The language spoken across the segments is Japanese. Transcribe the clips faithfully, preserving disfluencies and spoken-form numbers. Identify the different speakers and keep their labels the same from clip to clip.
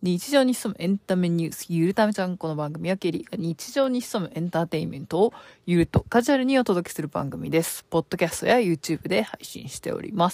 Speaker 1: 日常に潜むエンタメニュース、ゆるためちゃん。この番組はケリーが日常に潜むエンターテインメントをゆるとカジュアルにお届けする番組です。ポッドキャストや YouTube で配信しております。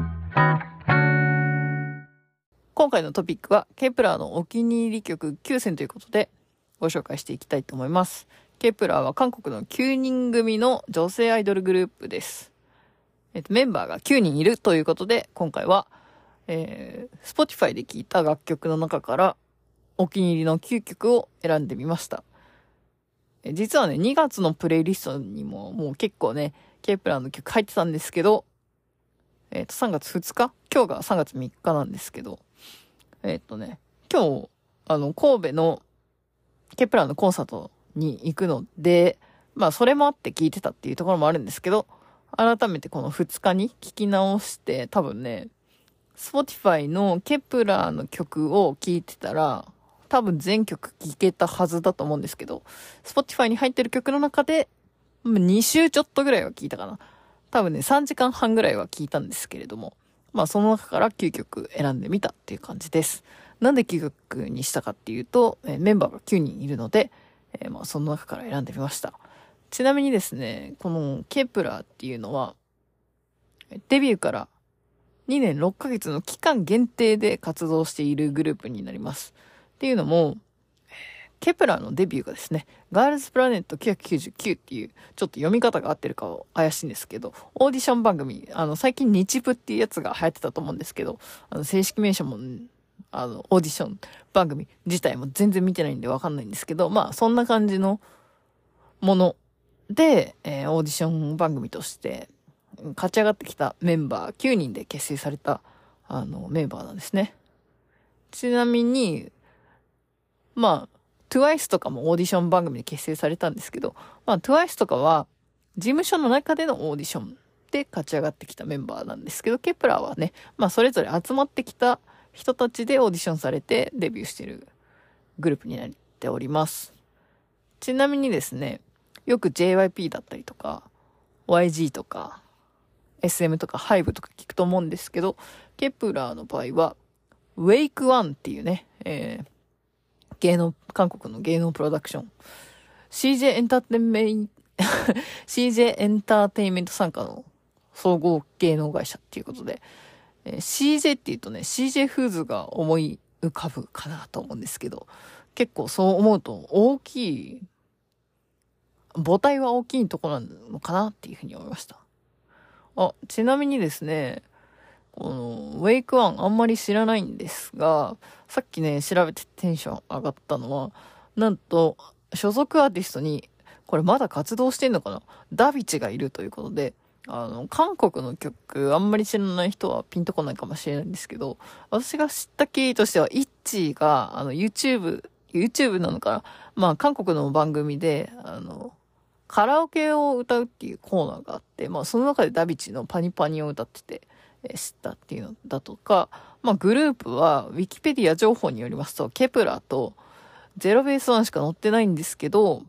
Speaker 1: 今回のトピックはケプラーのお気に入り曲きゅうせんということでご紹介していきたいと思います。ケプラーは韓国のきゅうにん組の女性アイドルグループです。えっと、メンバーがきゅうにんいるということで、今回はえー、Spotify で聴いた楽曲の中からお気に入りのきゅうきょくを選んでみました。え実はね、にがつのプレイリストにももう結構ね、ケプラーの曲入ってたんですけど、えっと、さんがつふつか今日がさんがつみっかなんですけど、えっとね、今日、あの、神戸のケプラーのコンサートに行くので、まあ、それもあって聴いてたっていうところもあるんですけど、改めてこのふつかに聴き直して、多分ね、Spotify のケプラーの曲を聴いてたら、多分全曲聴けたはずだと思うんですけど、Spotify に入ってる曲の中で、に週ちょっとぐらいは聴いたかな。多分ね、さんじかんはんぐらいは聴いたんですけれども、まあその中からきゅうきょく選んでみたっていう感じです。なんできゅうきょくにしたかっていうと、えー、メンバーがきゅうにんいるので、えー、まあその中から選んでみました。ちなみにですね、このケプラーっていうのは、デビューからにねんろっかげつの期間限定で活動しているグループになります。っていうのも、ケプラーのデビューがですね、ガールズプラネットきゅうひゃくきゅうじゅうきゅうっていう、ちょっと読み方が合ってるかは怪しいんですけど、オーディション番組、あの、最近日プっていうやつが流行ってたと思うんですけど、あの、正式名称も、あの、オーディション番組自体も全然見てないんでわかんないんですけど、まあ、そんな感じのもので、えー、オーディション番組として、勝ち上がってきたメンバーきゅうにんで結成されたあのメンバーなんですね。ちなみにまあ トゥワイス とかもオーディション番組で結成されたんですけど、まあ トゥワイス とかは事務所の中でのオーディションで勝ち上がってきたメンバーなんですけど、ケプラーはね、まあそれぞれ集まってきた人たちでオーディションされてデビューしているグループになっております。ちなみにですね、よく ジェイワイピー だったりとか ワイジー とかエスエム とか ハイブ とか聞くと思うんですけど、ケプラーの場合は、ウェイクワンっていうね、えー、芸能、韓国の芸能プロダクション、シージェー エンターテイメント、シージェー エンターテイメント傘下の総合芸能会社っていうことで、えー、シージェー って言うとね、シージェー フーズが思い浮かぶかなと思うんですけど、結構そう思うと大きい、母体は大きいところなのかなっていうふうに思いました。あ、ちなみにですね、この、ウェイクワンあんまり知らないんですが、さっきね、調べてテンション上がったのは、なんと、所属アーティストに、これまだ活動してんのかな?ダビチがいるということで、あの、韓国の曲、あんまり知らない人はピンとこないかもしれないんですけど、私が知った経緯としては、イッチーが、あの、YouTube、YouTube なのかな?まあ、韓国の番組で、あの、カラオケを歌うっていうコーナーがあって、まあその中でダビチのパニパニを歌ってて、えー、知ったっていうのだとか、まあグループはウィキペディア情報によりますと、ケプラーとゼロベースワンしか載ってないんですけど、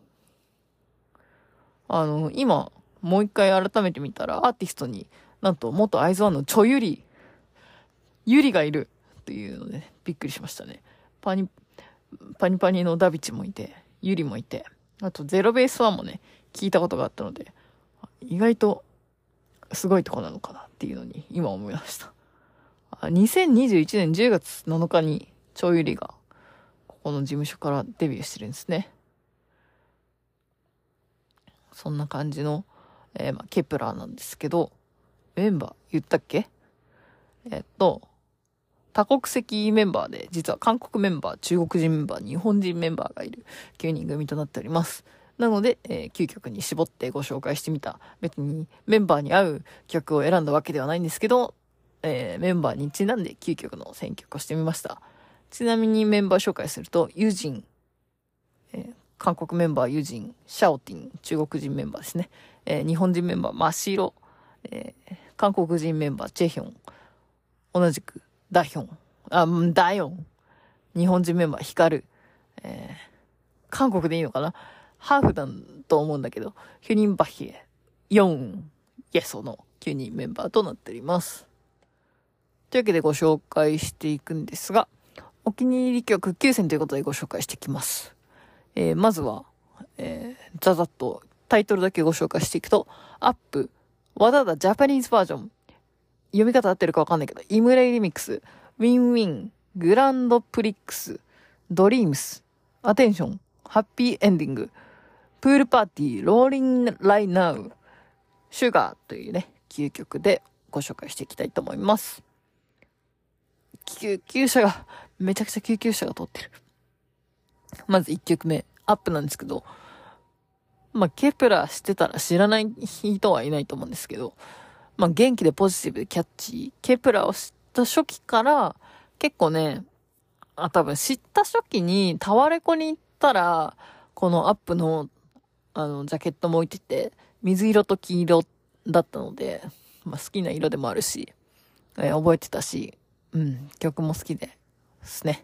Speaker 1: あの、今もう一回改めて見たらアーティストになんと元アイズワンのチョユリ、ユリがいるっていうので、ね、びっくりしましたね。パニ、パニパニのダビチもいて、ユリもいて、あとゼロベースワンもね、聞いたことがあったので、意外とすごいとこなのかなっていうのに今思いました。にせんにじゅういちねんじゅうがつなのかにチョユリがここの事務所からデビューしてるんですね。そんな感じの、えーまあ、ケプラーなんですけど、メンバー言ったっけ?えっと、多国籍メンバーで、実は韓国メンバー、中国人メンバー、日本人メンバーがいるきゅうにん組となっております。なので、えー、きゅうきょくに絞ってご紹介してみた。別にメンバーに合う曲を選んだわけではないんですけど、えー、メンバーにちなんできゅうきょくの選曲をしてみました。ちなみにメンバー紹介すると、ユジン、えー、韓国メンバーユジン、シャオティン、中国人メンバーですね。えー、日本人メンバーマシロ、えー、韓国人メンバーチェヒョン、同じくダヒョン、あ、ダヨン、日本人メンバーヒカル、えー、韓国でいいのかな?ハーフだと思うんだけど、ヒュニンバヒエ、ヨン、イエソのきゅうにんメンバーとなっております。というわけでご紹介していくんですが、 お気に入り曲きゅうせんということでご紹介していきます。えー、まずは、えー、ざざっとタイトルだけご紹介していくと、アップ、和田田ジャパニーズバージョン。読み方合ってるかわかんないけど、イムレイリミックス、ウィンウィン、グランドプリックス、ドリームス、アテンション、ハッピーエンディング、プールパーティー、ローリンライナウ、シュガーというね、きゅうきょくでご紹介していきたいと思います。救急車が、めちゃくちゃ救急車が通ってる。まずいっきょくめ、アップなんですけど、まあ、ケプラー知ってたら知らない人はいないと思うんですけど、まあ、元気でポジティブでキャッチー。ケプラーを知った初期から、結構ね、あ、多分知った初期にタワレコに行ったら、このアップの、あの、ジャケットも置いてて、水色と黄色だったので、まあ、好きな色でもあるし、えー、覚えてたし、うん、曲も好きでですね。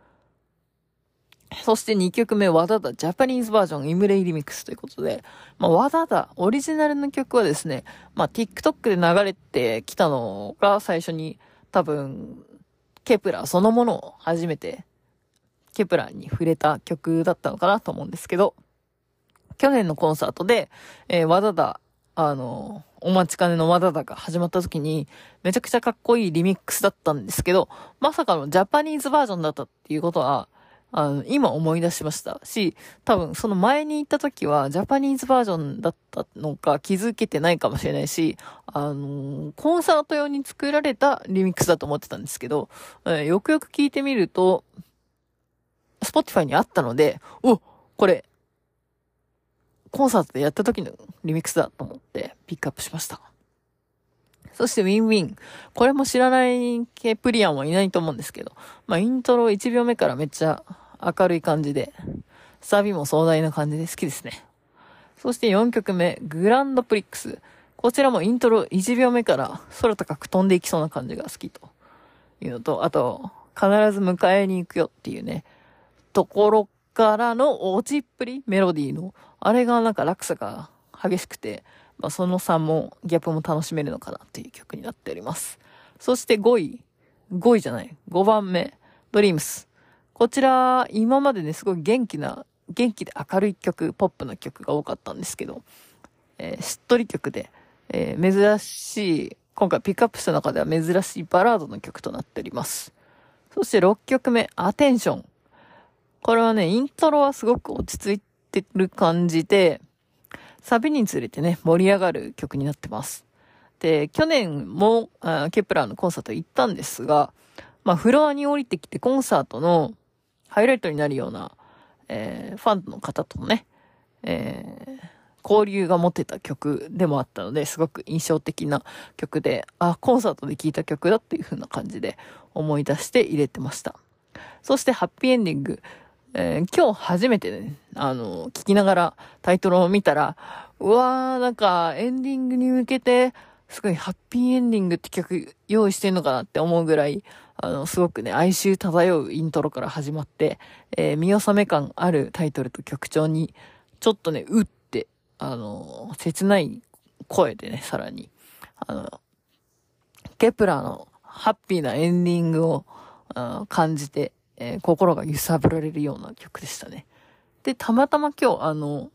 Speaker 1: そしてにきょくめ、和田田ジャパニーズバージョンイムレイリミックスということで、まあ、和田田オリジナルの曲はですね、まあ、TikTok で流れてきたのが最初に多分、ケプラーそのものを初めてケプラーに触れた曲だったのかなと思うんですけど、去年のコンサートで、えー、和田田、あの、お待ちかねの和田田が始まった時に、めちゃくちゃかっこいいリミックスだったんですけど、まさかのジャパニーズバージョンだったっていうことは、あの、今思い出しましたし、多分その前に行った時はジャパニーズバージョンだったのか気づけてないかもしれないし、あのー、コンサート用に作られたリミックスだと思ってたんですけど、えー、よくよく聞いてみると、Spotify にあったので、お、これ、コンサートでやった時のリミックスだと思ってピックアップしました。そしてウィンウィン。これも知らない系プリアンはいないと思うんですけど、まあイントロいちびょうめからめっちゃ明るい感じで、サビも壮大な感じで好きですね。そしてよんきょくめ、グランドプリックス。こちらもイントロいちびょうめから空高く飛んでいきそうな感じが好きというのと、あと、必ず迎えに行くよっていうね、ところからの落ちっぷり、メロディーの、あれがなんか落差が激しくて、まあ、その差も、ギャップも楽しめるのかなっていう曲になっております。そしてごい。ごいじゃない。ごばんめ。ドリームス。こちら、今までね、すごい元気な、元気で明るい曲、ポップな曲が多かったんですけど、えー、しっとり曲で、えー、珍しい、今回ピックアップした中では珍しいバラードの曲となっております。そしてろっきょくめ、アテンション。これはね、イントロはすごく落ち着いてる感じで、サビにつれてね、盛り上がる曲になってます。で、去年もあケプラーのコンサート行ったんですが、まあ、フロアに降りてきてコンサートのハイライトになるような、えー、ファンの方とね、えー、交流が持てた曲でもあったので、すごく印象的な曲で、あ、コンサートで聴いた曲だっていう風な感じで思い出して入れてました。そしてハッピーエンディング。えー、今日初めてね、あの、聞きながらタイトルを見たら、うわー、なんかエンディングに向けて、すごいハッピーエンディングって曲用意してんのかなって思うぐらい、あの、すごくね、哀愁漂うイントロから始まって、えー、見納め感あるタイトルと曲調に、ちょっとね、うって、あの、切ない声でね、さらに、あの、ケプラーのハッピーなエンディングを、感じて、えー、心が揺さぶられるような曲でしたね。で、たまたま今日、あの、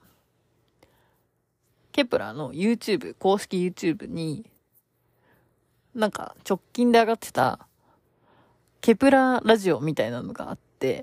Speaker 1: ケプラーの YouTube、公式 YouTube に、なんか直近で上がってた、ケプラーラジオみたいなのがあって、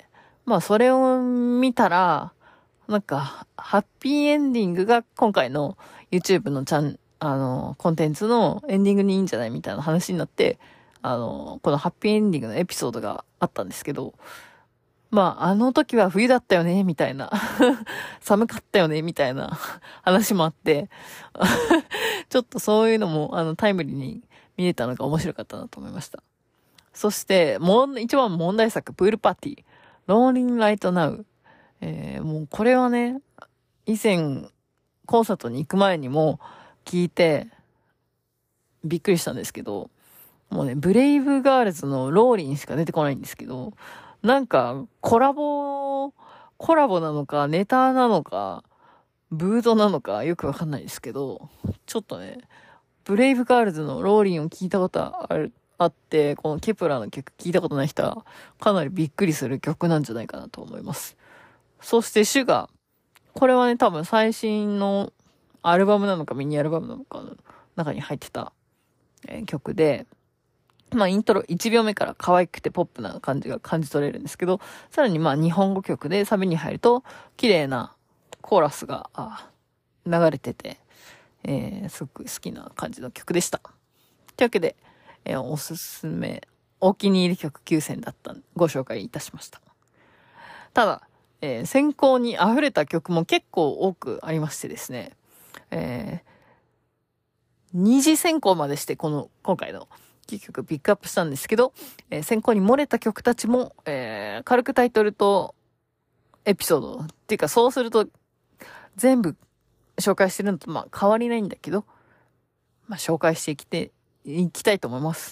Speaker 1: まあそれを見たら、なんか、ハッピーエンディングが今回の YouTube のチャン、あの、コンテンツのエンディングにいいんじゃないみたいな話になって、あの、このハッピーエンディングのエピソードがあったんですけど、まあ、あの時は冬だったよね、みたいな。寒かったよね、みたいな話もあって、ちょっとそういうのも、あの、タイムリーに見れたのが面白かったなと思いました。そして、もう、一番問題作、プールパーティー。ローリンライトナウ。えー、もうこれはね、以前、コンサートに行く前にも聞いて、びっくりしたんですけど、もうね、ブレイブガールズのローリンしか出てこないんですけど、なんか、コラボ、コラボなのか、ネタなのか、ブードなのか、よくわかんないですけど、ちょっとね、ブレイブガールズのローリンを聞いたことある、 あって、このケプラーの曲聞いたことない人はかなりびっくりする曲なんじゃないかなと思います。そしてシュガー。これはね、多分最新のアルバムなのかミニアルバムなのかの中に入ってた、えー、曲で、まあイントロいちびょうめから可愛くてポップな感じが感じ取れるんですけど、さらにまあ日本語曲でサビに入ると綺麗なコーラスが流れてて、えー、すごく好きな感じの曲でした。というわけで、えー、おすすめ、お気に入り曲きゅうせんだったんでご紹介いたしました。ただ、えー、選考に溢れた曲も結構多くありましてですね、えー、二次選考までしてこの今回のきゅうきょくピックアップしたんですけど、えー、選考に漏れた曲たちも、えー、軽くタイトルとエピソードっていうか、そうすると全部紹介してるのとまあ変わりないんだけど、まあ紹介していきていきたいと思います。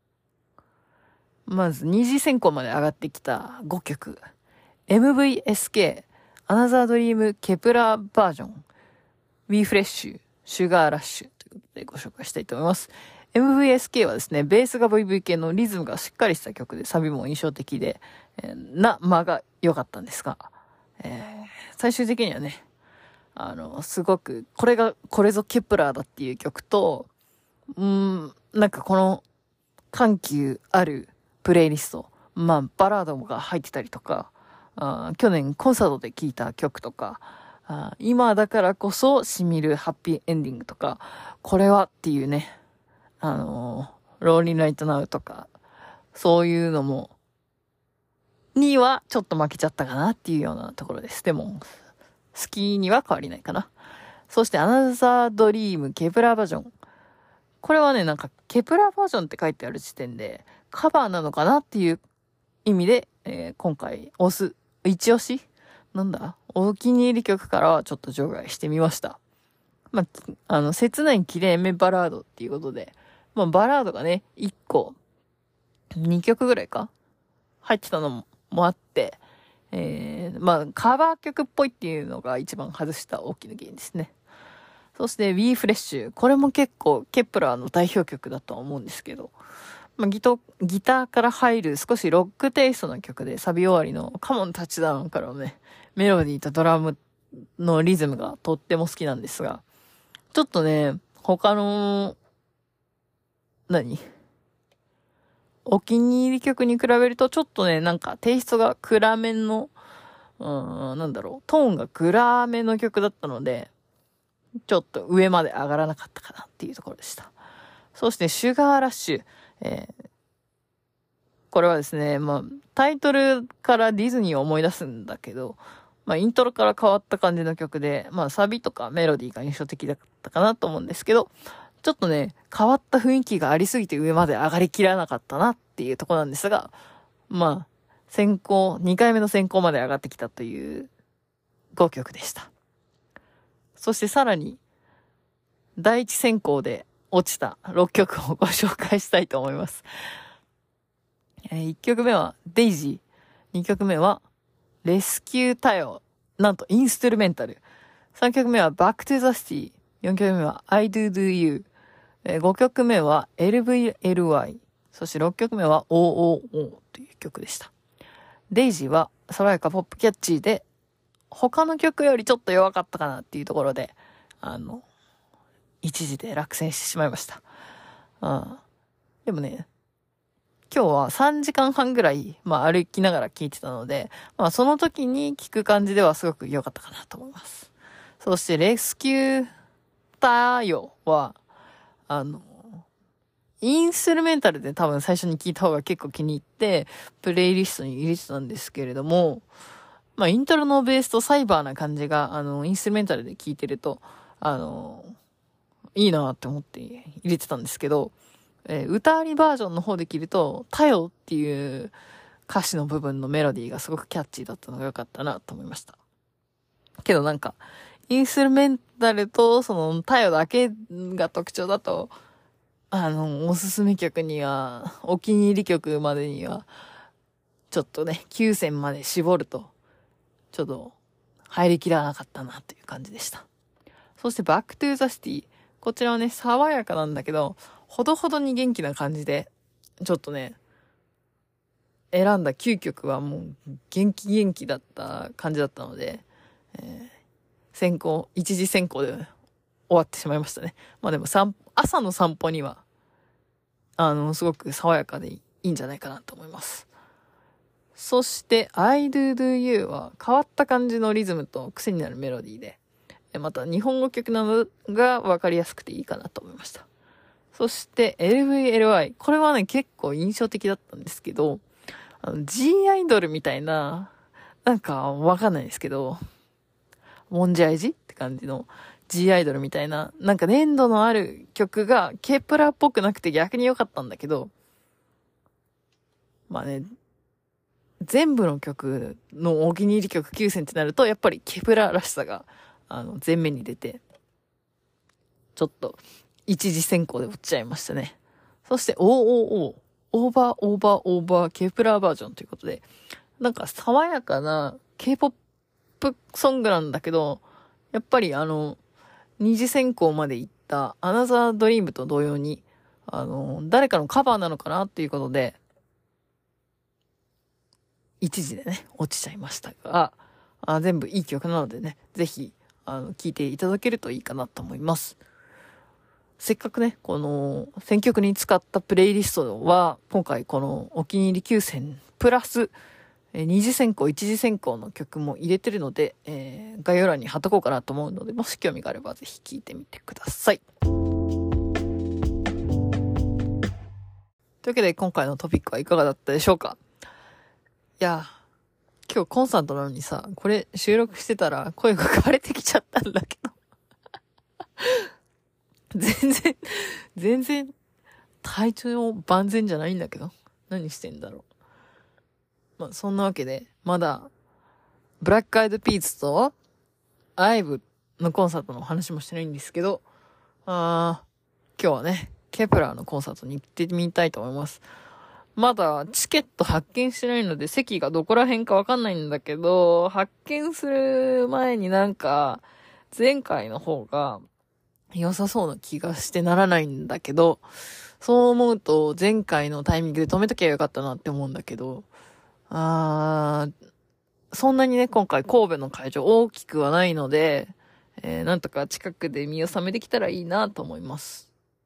Speaker 1: まず二次選考まで上がってきたごきょく、 エムブイエスケー Another Dream ケプラーバージョン We Fresh Sugar Rush ということでご紹介したいと思います。 エムブイエスケー はですね、ベースが ブイブイ 系のリズムがしっかりした曲で、サビも印象的で、えー、な間が良かったんですが、えー、最終的にはね、あのすごくこれがこれぞケプラーだっていう曲と、うーんなんかこの緩急あるプレイリスト、まあバラードが入ってたりとか、あ去年コンサートで聴いた曲とか、あ今だからこそ染みるハッピーエンディングとか、これはっていうね、あのローリーライトナウとか、そういうのもにはちょっと負けちゃったかなっていうようなところです。でも好きには変わりないかな。そしてアナザードリームケプラーバージョン、これはね、なんかケプラーバージョンって書いてある時点でカバーなのかなっていう意味で、えー、今回押す一押しなんだお気に入り曲からはちょっと除外してみました。まあ、あの切ない綺麗めバラードっていうことで、まあバラードがねいっこにきょくぐらいか入ってたのももあって、えー、まあカバー曲っぽいっていうのが一番外した大きな原因ですね。そして We Fresh、 これも結構ケプラーの代表曲だとは思うんですけど、まあ、ギトギターから入る少しロックテイストの曲で、サビ終わりのカモンタッチダウンからのねメロディーとドラムのリズムがとっても好きなんですが、ちょっとね他の何お気に入り曲に比べるとちょっとねなんかテイストが暗めの、うーんなんだろうトーンが暗めの曲だったので、ちょっと上まで上がらなかったかなっていうところでした。そしてシュガーラッシュ、えー、これはですね、まあタイトルからディズニーを思い出すんだけど、まあイントロから変わった感じの曲で、まあサビとかメロディーが印象的だったかなと思うんですけど、ちょっとね変わった雰囲気がありすぎて上まで上がりきらなかったなっていうところなんですが、まあ選考にかいめの選考まで上がってきたというごきょくでした。そしてさらに第一選考で落ちたろっきょくをご紹介したいと思います。えー、いっきょくめはデイジー、にきょくめはレスキュータヨ、なんとインストゥルメンタル、さんきょくめはバックトゥザシティ、よんきょくめは I do do you、えー、ごきょくめは エルブイエルワイ、そしてろっきょくめは オーオーオー という曲でした。デイジーは爽やかポップキャッチーで、他の曲よりちょっと弱かったかなっていうところで、あの一時で落選してしまいました。あでもね、今日はさんじかんはんぐらい、まあ歩きながら聴いてたので、まあその時に聴く感じではすごく良かったかなと思います。そしてレスキュータヨは、あの、インストゥルメンタルで多分最初に聴いた方が結構気に入って、プレイリストに入れてたんですけれども、まあイントロのベースとサイバーな感じが、あの、インストゥルメンタルで聴いてると、あの、いいなって思って入れてたんですけど、えー、歌ありバージョンの方で切ると、太陽っていう歌詞の部分のメロディーがすごくキャッチーだったのが良かったなと思いました。けどなんか、インストゥルメンタルとその太陽だけが特徴だと、あの、おすすめ曲には、お気に入り曲までには、ちょっとね、きゅうせんまで絞ると、ちょっと入りきらなかったなという感じでした。そしてバックトゥーザシティ。こちらはね、爽やかなんだけど、ほどほどに元気な感じで、 ちょっとね、選んだきゅうきょくはもう元気元気だった感じだったので、えー、先行、一次選考で終わってしまいましたね。まあでも散朝の散歩には、あの、すごく爽やかでいいんじゃないかなと思います。そして、I Do Do You は変わった感じのリズムと癖になるメロディーで、また日本語曲なのが分かりやすくていいかなと思いました。そして エルブイエルアイ。これはね、結構印象的だったんですけど、あの G アイドルみたいな、なんかわかんないですけど、モンジャイジって感じの G アイドルみたいな、なんか粘度のある曲が K プラっぽくなくて逆に良かったんだけど、まあね、全部の曲のお気に入り曲きゅうせんってなると、やっぱりケプラらしさが、あの、前面に出て、ちょっと、一次選考で落ちちゃいましたね。そして、オーオーオー、オーバーオーバーオーバーケプラーバージョンということで、なんか爽やかな K-ポップ ソングなんだけど、やっぱりあの、二次選考まで行ったアナザードリームと同様に、あの、誰かのカバーなのかなっていうことで、一時でね、落ちちゃいましたが、あ全部いい曲なのでね、ぜひ、あの、聴いていただけるといいかなと思います。せっかくね、この、選曲に使ったプレイリストは、今回このお気に入りきゅうせん、プラス、二次選考、一次選考の曲も入れてるので、えー、概要欄に貼っとこうかなと思うので、もし興味があればぜひ聴いてみてください。というわけで、今回のトピックはいかがだったでしょうか？いや、今日コンサートなのにさ、これ収録してたら声が枯れてきちゃったんだけど。全然、全然、体調万全じゃないんだけど。何してんだろう。まあ、そんなわけで、まだ、ブラックアイドピースと、アイブのコンサートの話もしてないんですけど、あー、今日はね、ケプラーのコンサートに行ってみたいと思います。まだチケット発見してないので席がどこら辺かわかんないんだけど、発見する前になんか前回の方が良さそうな気がしてならないんだけど、そう思うと前回のタイミングで止めときゃよかったなって思うんだけど、あー、そんなにね、今回神戸の会場大きくはないので、えー、なんとか近くで見納めできたらいいなと思います。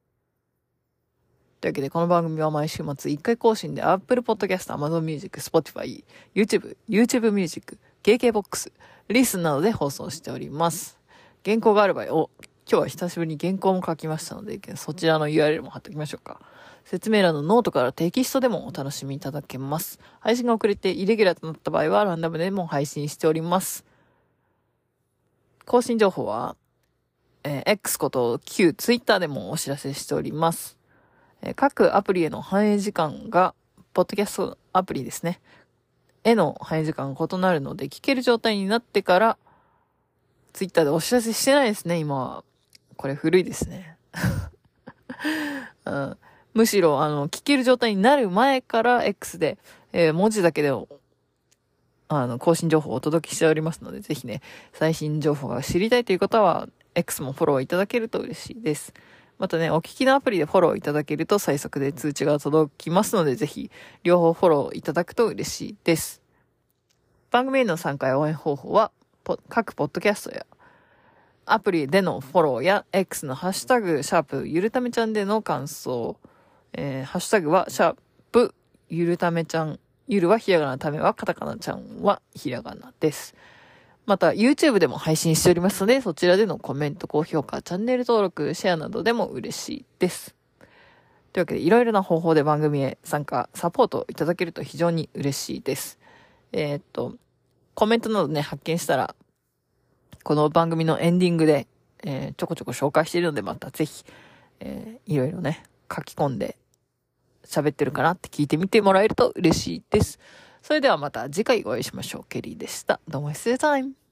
Speaker 1: というわけで、この番組は毎週末いっかい更新で Apple Podcast、Amazon Music、Spotify、YouTube、YouTube Music、ケーケーボックス、リスンなどで放送しております。原稿がある場合を、今日は久しぶりに原稿も書きましたので、そちらの ユーアールエル も貼っておきましょうか。説明欄のノートからテキストでもお楽しみいただけます。配信が遅れてイレギュラーとなった場合はランダムでも配信しております。更新情報は、えー、X こと旧 Twitter でもお知らせしております。各アプリへの反映時間が、ポッドキャストアプリですね。への反映時間が異なるので、聞ける状態になってから、ツイッターでお知らせしてないですね、今は。これ古いですね。うん、むしろ、あの、聞ける状態になる前から X で、えー、文字だけで、あの、更新情報をお届けしておりますので、ぜひね、最新情報が知りたいという方は、X もフォローいただけると嬉しいです。またね、お聞きのアプリでフォローいただけると最速で通知が届きますので、ぜひ、両方フォローいただくと嬉しいです。番組への参加や応援方法は、各ポッドキャストや、アプリでのフォローや、X のハッシュタグ、シャープ、ゆるためちゃんでの感想、えー、ハッシュタグは、シャープ、ゆるためちゃん、ゆるはひらがな、ためはカタカナ、ちゃんはひらがなです。また YouTube でも配信しておりますので、そちらでのコメント、高評価、チャンネル登録、シェアなどでも嬉しいです。というわけで、いろいろな方法で番組へ参加、サポートいただけると非常に嬉しいです。えー、っと、コメントなどね、発見したら、この番組のエンディングで、えー、ちょこちょこ紹介しているので、またぜひ、えー、いろいろね、書き込んで喋ってるかなって聞いてみてもらえると嬉しいです。それではまた次回お会いしましょう。ケリーでした。どうも、See you time!